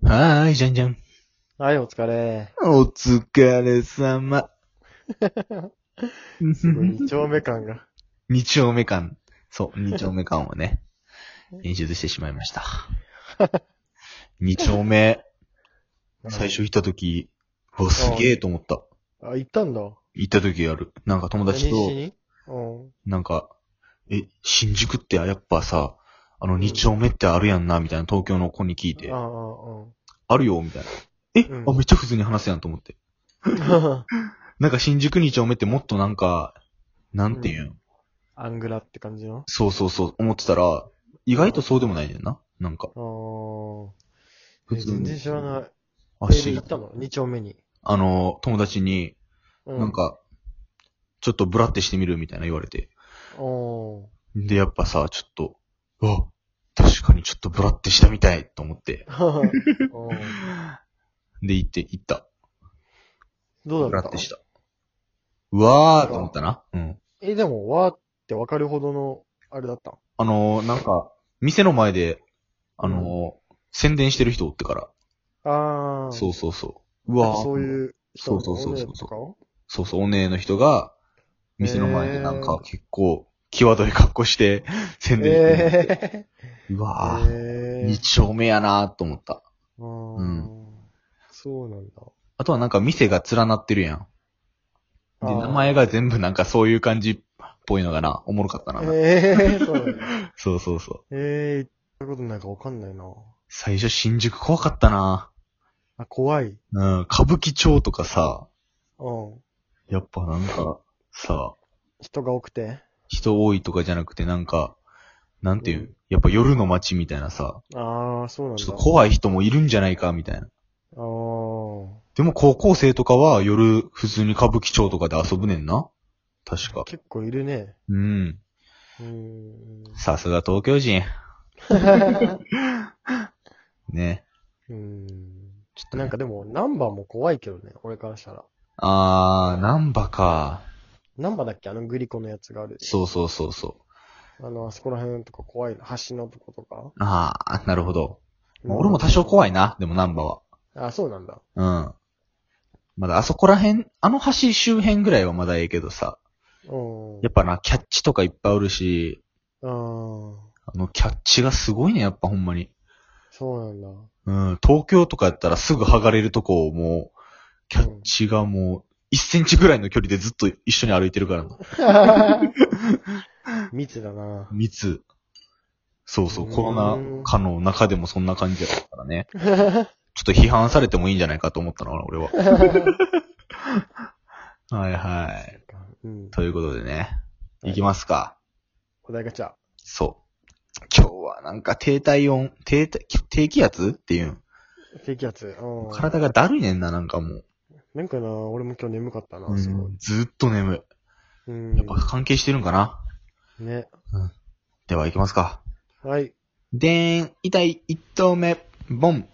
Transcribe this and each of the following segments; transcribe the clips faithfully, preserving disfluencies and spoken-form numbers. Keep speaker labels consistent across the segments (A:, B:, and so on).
A: はーい、じゃんじゃん。
B: はい、お疲れ。
A: お疲れ様。
B: すごい、二丁目感が。
A: 二丁目感。そう、二丁目感をね、演出してしまいました。二丁目、最初行った時、うわ、すげえと思った。
B: あ、行ったんだ。
A: 行った時ある。なんか友達と、
B: 何しにうん。
A: なんか、え、新宿ってやっぱさ、あの二丁目ってあるやんな、みたいな東京の子に聞いて、
B: ああ、
A: あるよ、みたいな。え、
B: うん
A: あ、めっちゃ普通に話すやんと思って。
B: あ
A: なんか新宿二丁目ってもっとなんか、なんていうん、
B: アングラって感じの
A: そうそうそう、思ってたら、意外とそうでもないねんな。なんか、
B: ああ。
A: 普通に。
B: え全然知らない。
A: あ、
B: え、で、
A: し
B: 行ったの二丁目に。
A: あの、友達に、
B: うん。
A: なんか、ちょっとブラってしてみるみたいな言われて。
B: おー。
A: で、やっぱさ、ちょっと、うわ、確かにちょっとブラってしたみたいと思って。
B: おー
A: で、行って、行った。
B: どうだった
A: ブラってした。うわーと思ったな。うん。
B: え、でも、わーってわかるほどの、あれだった
A: あのー、なんか、店の前で、あのー、宣伝してる人おってから。
B: ああ。
A: そうそうそう。うわー。
B: なんかそういう人なの
A: そうそうそうそう
B: お姉とかを
A: そうそう、お姉の人が、店の前でなんか
B: へー
A: 結構、際どい格好して宣伝してる。
B: え
A: う
B: え
A: わぁ、二
B: ええ
A: 丁目やなぁと思った。
B: あ
A: うん。
B: あ、そうなんだ。
A: あとはなんか店が連なってるやん。で、名前が
B: あ
A: 全部なんかそういう感じっぽいのがな、おもろかった
B: あ、
A: な。
B: ええそうなんだ。
A: そうそうそう。
B: ええ行ったことないかわかんないな。
A: 最初新宿怖かったな。
B: あ、怖い。
A: うん、歌舞伎町とかさ、
B: うん。
A: やっぱなんか、さ、
B: 人が多くて。
A: 人多いとかじゃなくてなんか、なんていう、
B: うん
A: やっぱ夜の街みたいなさ、
B: ああ、そうなんだ。
A: ちょっと怖い人もいるんじゃないかみたいな。
B: ああ、
A: でも高校生とかは夜普通に歌舞伎町とかで遊ぶねんな。確か。
B: 結構いるね。
A: うん。
B: うーん。
A: さすが東京人。ね。
B: うーん。
A: ちょっとね。
B: なんかでも、ナンバーも怖いけどね、俺からしたら。
A: あー、ナンバか。
B: ナンバーだっけあのグリコのやつがある。
A: そうそうそうそ
B: あの、あそこら辺とか怖いの。橋のとことか。
A: う。あー、なるほど。まあ、
B: うん
A: 俺も多少怖いな。でもナンバは。
B: あ、そうなんだ。
A: うん。まだあそこら辺、あの橋周辺ぐらいはまだええけどさ。
B: うん。
A: やっぱな、キャッチとかいっぱいおるし、
B: あー
A: あのキャッチがすごいね、やっぱほんまに。
B: そうなんだ。
A: うん、東京とかやったらすぐ剥がれるとこをもう、キャッチがもう、いっセンチぐらいの距離でずっと一緒に歩いてるからな。
B: 密だな。
A: 密。そうそう、
B: うーん
A: コロナ禍の中でもそんな感じだったからね。ちょっと批判されてもいいんじゃないかと思ったのかな、俺は。はいはい。
B: うん。
A: ということでね。
B: はい
A: いきますか。
B: お題ガチャ。
A: そう。今日はなんか低体温、低体、低気圧っていうん。
B: 低気圧。うん。
A: 体がだるいねんな、なんかもう。
B: なんかな、俺も今日眠かったな、
A: うん
B: すごい。
A: ずっと眠い。
B: うん。
A: やっぱ関係してるんかな。
B: ね。
A: では行きますか。
B: はい。
A: でーん、痛い一投目、ボン。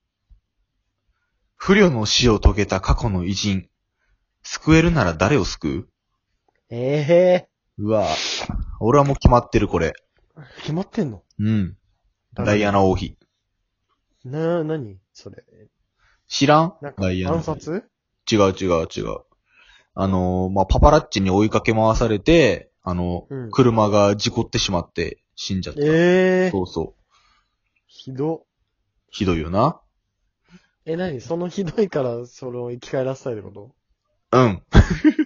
A: 不慮の死を遂げた過去の偉人。救えるなら誰を救う
B: ええ
A: うわぁ。俺はもう決まってる、これ。
B: ー、決まってんの
A: うん。
B: 誰
A: ダイアナ王妃。
B: な、なにそれ。
A: 知らん
B: なんか
A: ダイ、アナ。
B: 暗殺
A: 違う違う違う。あのー、まあ、パパラッチに追いかけ回されて、あの、
B: うん
A: 車が事故ってしまって死んじゃった。
B: ええー、
A: そうそう。
B: ひど。
A: ひどいよな。
B: え、なにそのひどいから、それを生き返らせたいってこ
A: うん。
B: と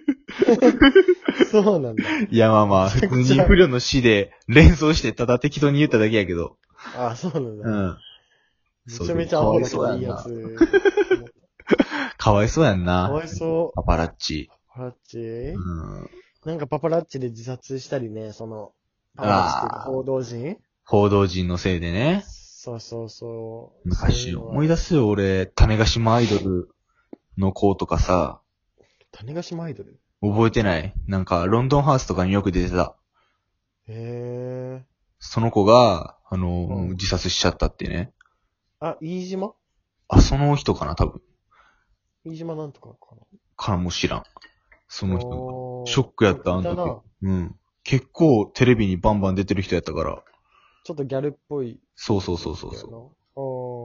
B: そうなんだ。
A: いやまあまあ、
B: めちゃ
A: 普
B: くちゃ
A: 通に不慮の死で連想してただ適当に言っただけやけど。
B: あ、そうなんだ。
A: うん。
B: めちゃめちゃアホだけどいいや
A: そう
B: つ。
A: かわいそうやん
B: か
A: な。
B: わいそう。
A: パパラッチ。
B: パパラッチ、
A: うん。
B: なんかパパラッチで自殺したりね、その、パパラッチっていうか
A: あー
B: 報道陣
A: 報道陣のせいでね。
B: そうそうそう。
A: 昔思い
B: 出
A: 出すよ、俺。種子島アイドルの子とかさ。
B: 種子島アイドル
A: 覚えてないなんか、ロンドンハウスとかによく出てた。
B: へえ。
A: その子が、あの、
B: うん
A: もう自殺しちゃったってね。
B: あ、飯島
A: あ、その人かな、多分。
B: 飯島なんとかかな。
A: からも知らん。その人。
B: お
A: ショックやった、あ
B: いたな
A: の時。うん。結構テレビにバンバン出てる人やったから。
B: ちょっとギャルっぽい。
A: そうそうそうそうそう。
B: お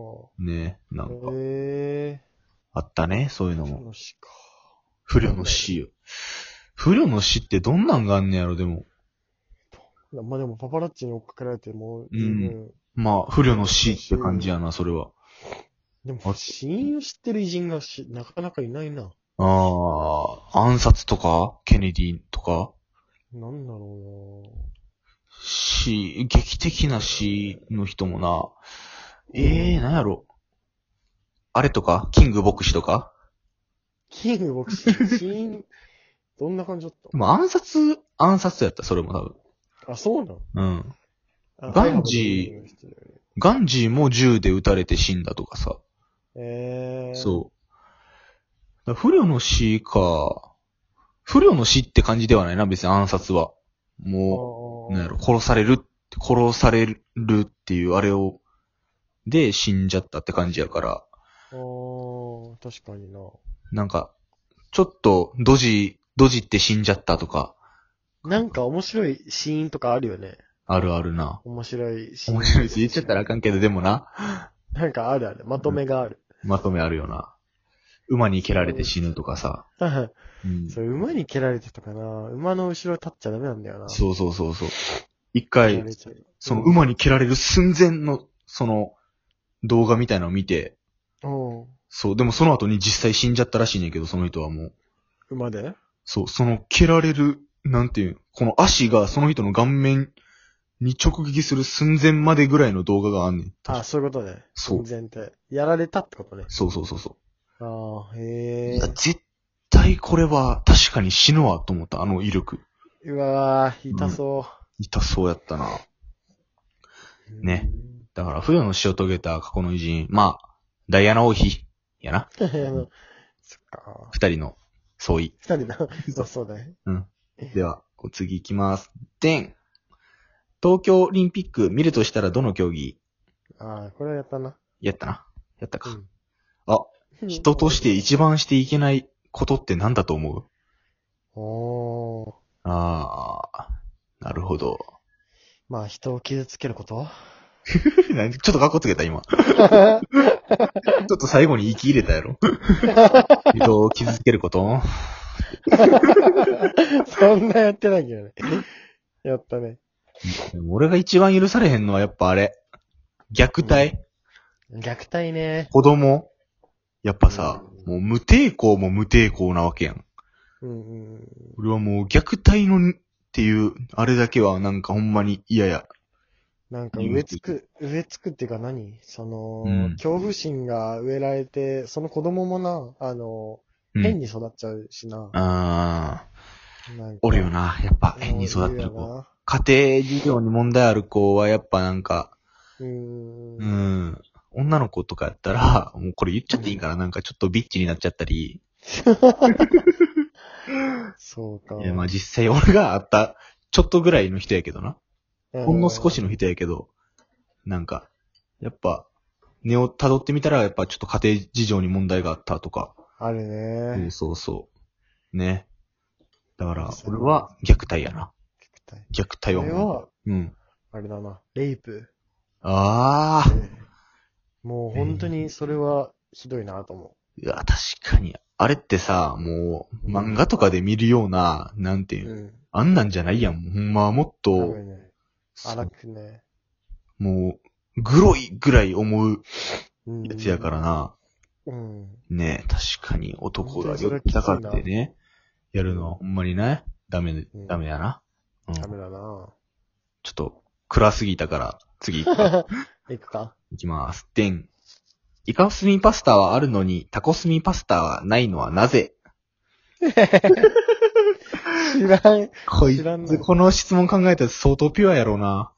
A: ね、なんか、
B: え
A: あったね、そういう
B: ー。
A: のも。
B: 楽しか。
A: 不慮の死よ。不慮の死ってどんなんがあんねやろ、でも。
B: まあでもパパラッチに追っかけられても
A: うん
B: 十分。
A: まあ、不慮の死って感じやな、それは。
B: でも、死因を知ってる偉人がしなかなかいないな。
A: ああ、暗殺とかケネディとか
B: なんだろ
A: 死、劇的な死の人もな。ええー、なんやろ。あれとかキング牧師とか
B: うな。キング牧師、死因、どんな感じだっ
A: でも暗殺、暗殺やった、それも多分。
B: たあ、そうなの
A: うん。
B: あ
A: ガンジー
B: ハイハブの人だよね
A: ガンジーも銃で撃たれて死んだとかさ。
B: えー。
A: そう。だから不慮の死か。不慮の死って感じではないな、別に暗殺は。もう、なんやろ、殺される、殺されるっていうあれを、で死んじゃったって感じやから。
B: あー、確かにな。
A: なんか、ちょっと、ドジ、ドジって死んじゃったとか、
B: なんか面白いシーンとかあるよね。
A: あるあるな。
B: 面白いシーン。
A: 面白いし、言っちゃったらあかんけど、でもな、
B: なんかあるある。まとめがある。
A: まとめあるよな。馬に蹴られて死ぬとかさ。うん、
B: それ馬に蹴られてたかな。馬の後ろ立っちゃダメなんだよな。
A: そうそうそうそう。一
B: 蹴
A: 回
B: ら、れちゃう
A: その馬に蹴られる寸前の、その、動画みたいなのを見て、
B: うん。
A: そう、でもその後に実際死んじゃったらしいねんけど、その人はもう。
B: 馬で
A: そう、その蹴られる、なんていう、この足がその人の顔面に直撃する寸前までぐらいの動画があんねん。
B: あ、そういうことね。
A: そう
B: 寸前って。やられたってことね。
A: そうそうそうそ
B: ああ、
A: う。
B: へえ
A: いや、。絶対これは確かに死ぬわと思った、あの威力。
B: うわー、痛そ
A: 痛そうやったな。
B: う。
A: ねだから、不慮の死を遂げた過去の偉人、まあ、ダイアナ王妃、やな。
B: うん。あの、そっか。
A: 二人の相違。
B: 二人な。そうそうだね。
A: うん。では、お次行きます。でん。東京オリンピック見るとしたらどの競技
B: ああ、これはやったな。
A: やったな。やったか。
B: うん。
A: あ、人として一番していけないことって何だと思う
B: おー。
A: ああ、なるほど。
B: まあ、人を傷つけること
A: 何ちょっとカッコつけた今。ちょっと最後に息入れたやろ。人を傷つけること
B: そんなやってないけどね。やったね。
A: でも俺が一番許されへんのはやっぱあれ。虐待、
B: 虐待ね。
A: 子供やっぱさ、
B: うん
A: もう無抵抗も無抵抗なわけやん。
B: うんうん。
A: 俺はもう虐待のっていう、あれだけはなんかほんまに嫌や。
B: なんか植えつく、植えつくっていうか何その、
A: うん
B: 恐怖心が植えられて、その子供もな、あの、
A: うん
B: 変に育っちゃうしな。
A: あー、
B: なんか
A: おるよな。やっぱ変に育ってる子。家庭事情に問題ある子はやっぱなんか、
B: うーん。
A: うん、女の子とかやったら、もうこれ言っちゃっていいからなんかちょっとビッチになっちゃったり。
B: そうか。
A: いやまあ実際俺があったちょっとぐらいの人やけどな。
B: うん
A: ほんの少しの人やけど、なんか、やっぱ、根を辿ってみたらやっぱちょっと家庭事情に問題があったとか。
B: ある
A: そう
B: ね。
A: そうそう。ね。だから、俺は虐待やな。虐待は
B: これは、
A: うん。
B: あれだな。レイプ。
A: ああ。
B: もう本当にそれはひどいなと思
A: いや、確かに。あれってさ、もう、漫画とかで見るような、なんていうう、
B: ん。
A: あんなんじゃないやん。ほんまはもっ
B: 多
A: と、
B: 分ね。荒くね。
A: もう、グロいぐらい思う
B: うん
A: やつやからな。
B: うん。
A: ねえ、確かに男が
B: 本当にそれ
A: 寄った
B: はきついな
A: かってね、やるのはほんまにね、ダメ、
B: うん
A: ダメやな。うん。
B: ダメだな。
A: ちょっと、暗すぎたから、次行くか。
B: 行くか
A: いきます。でん。イカスミパスタはあるのに、タコスミパスタはないのはなぜ
B: 知らん。
A: こい
B: 知らんな
A: つ、この質問考えたら相当ピュアやろうな。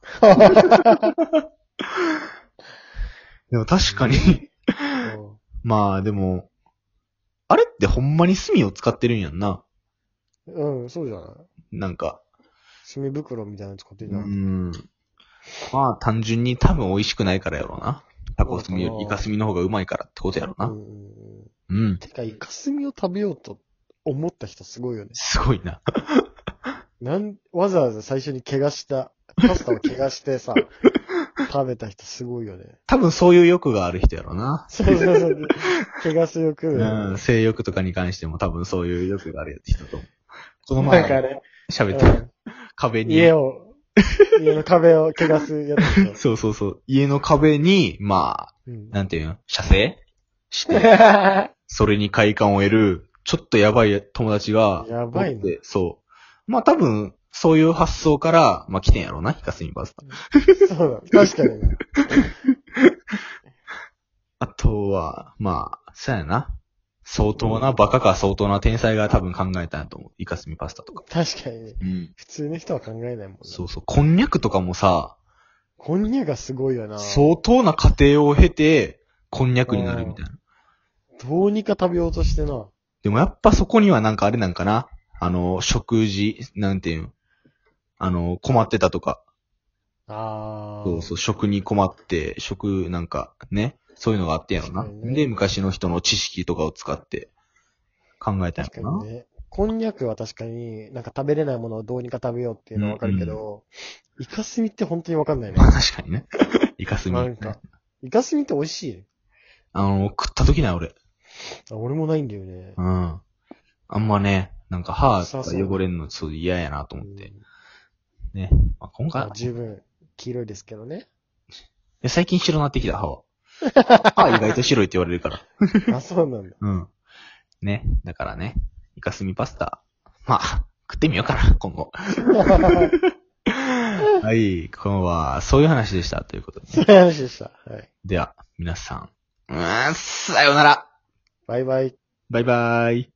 A: でも確かに、まあでも、あれってほんまに炭を使ってるんやんな。
B: うん、うんそうじゃない
A: なんか。
B: 墨袋みたいなの使って
A: う
B: るじゃん。
A: ん。まあ単純に多分美味しくないからやろうな。タコスミよりイ
B: そうかな
A: カスミの方がうまいからってことやろうな。
B: うんうん
A: うん。
B: うん。てか、イカスミを食べようと思った人すごいよね。
A: すごいな。
B: なん、わざわざ最初に怪我した、パスタを怪我してさ、 食べた人すごいよね。
A: 多分そういう欲がある人やろな。
B: そうそうそう。怪我す欲。
A: うん、性欲とかに関しても多分そういう欲がある人と思う。この前、
B: なんかね、
A: 喋った
B: うん
A: 壁に。
B: 家を、家の壁を汚すやつと。
A: そうそうそう。家の壁に、まあ、
B: うん
A: なんていうの射精して、それに快感を得る、ちょっとやばい友達が、
B: やばいな
A: おってそう。まあ多分、そういう発想から、まあ来てんやろうな、ヒカスミパスタ。
B: そうだ。確かにね。
A: あとは、まあ、そうやな。相当なバカか相当な天才が多分考えたんやと思う。イカスミパスタとか。
B: 確かにね。
A: うん。
B: 普通の人は考えないもんな。
A: そうそう。こんにゃくとかもさ、
B: こんにゃがすごいよな。
A: 相当な過程を経て、こんにゃくになるみたいな。
B: どうにか食べようとしてな。
A: でもやっぱそこにはなんかあれなんかな。あの、食事、なんていうの。あの、困ってたとか。
B: ああ。
A: そうそう、食に困って、食なんかね。そういうのがあってんやろな。
B: 確かにね
A: で、昔の人の知識とかを使って考えたんやろな。
B: 確かにね。こんにゃくは確かに、なんか食べれないものをどうにか食べようっていうのはわかるけど、イカスミって本当にわかんないね
A: ま。あ確かにね。イカスミ。
B: なんか、イカスミって美味しい。
A: あの、食った時ない俺。
B: あ俺もないんだよね。
A: うん。あんまね、なんか歯
B: そうそう
A: が汚れんのちょっと嫌やなと思って。
B: うん
A: ね。まあ、今回
B: まあ、、十分黄色いですけどね。
A: いや最近白なってきた歯は。歯意外と白いって言われるから。
B: あ、そうなんだ。
A: うん。ね。だからね、イカスミパスタ。まあ、食ってみようかな、今後。はい、今日は、そういう話でした、ということで。
B: そういう話でした。はい。
A: では、皆さん、うーん、さようなら。
B: バイバイ。
A: バイバーイ。